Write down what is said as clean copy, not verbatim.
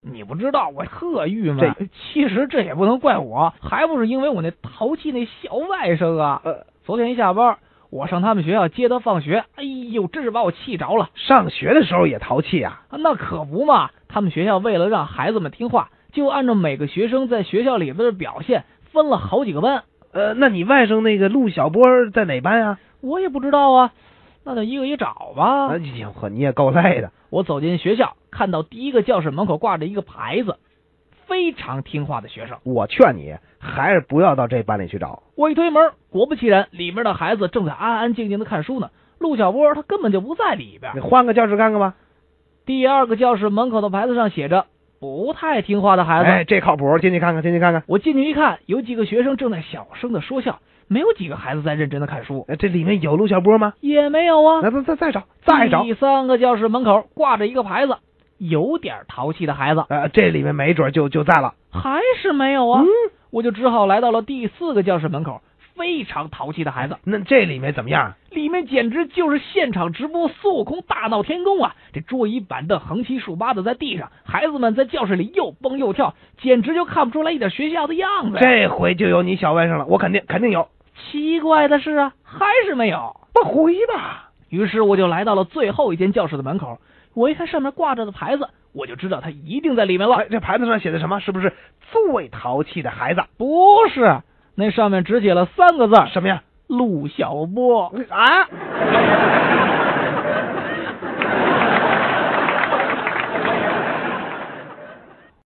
你不知道我特郁闷。其实这也不能怪我，还不是因为我那淘气那小外甥啊。昨天一下班，我上他们学校接他放学，哎呦，真是把我气着了。 上学的时候也淘气啊？ 那可不嘛，他们学校为了让孩子们听话，就按照每个学生在学校里边的表现分了好几个班。 那你外甥那个陆小波在哪班啊？ 我也不知道啊，那就一个一找吧。 你也够累的。 我走进学校，看到第一个教室门口挂着一个牌子，非常听话的学生。 我劝你还是不要到这班里去找。 我一推门，果不其然，里面的孩子正在安安静静的看书呢。陆小波他根本就不在里边。 你换个教室看看吧。 第二个教室门口的牌子上写着不太听话的孩子。 这靠谱，进去看看。 我进去一看，有几个学生正在小声的说笑，没有几个孩子在认真的看书。 这里面有陆小波吗？ 也没有啊。 那再找。 第三个教室门口挂着一个牌子，有点淘气的孩子。 这里面没准就在了。 还是没有啊。我就只好来到了第四个教室门口，非常淘气的孩子。 那这里面怎么样？ 里面简直就是现场直播孙悟空大闹天宫啊！这桌椅板凳横七竖八的在地上，孩子们在教室里又蹦又跳，简直就看不出来一点学校的样子。 这回就有你小外甥了，我肯定有。 奇怪的是啊，还是没有。 不回吧。 于是我就来到了最后一间教室的门口，我一看上面挂着的牌子，我就知道他一定在里面了。 这牌子上写的什么？是不是最淘气的孩子？ 不是，那上面只写了3个字。 什么呀？ 陆小波啊。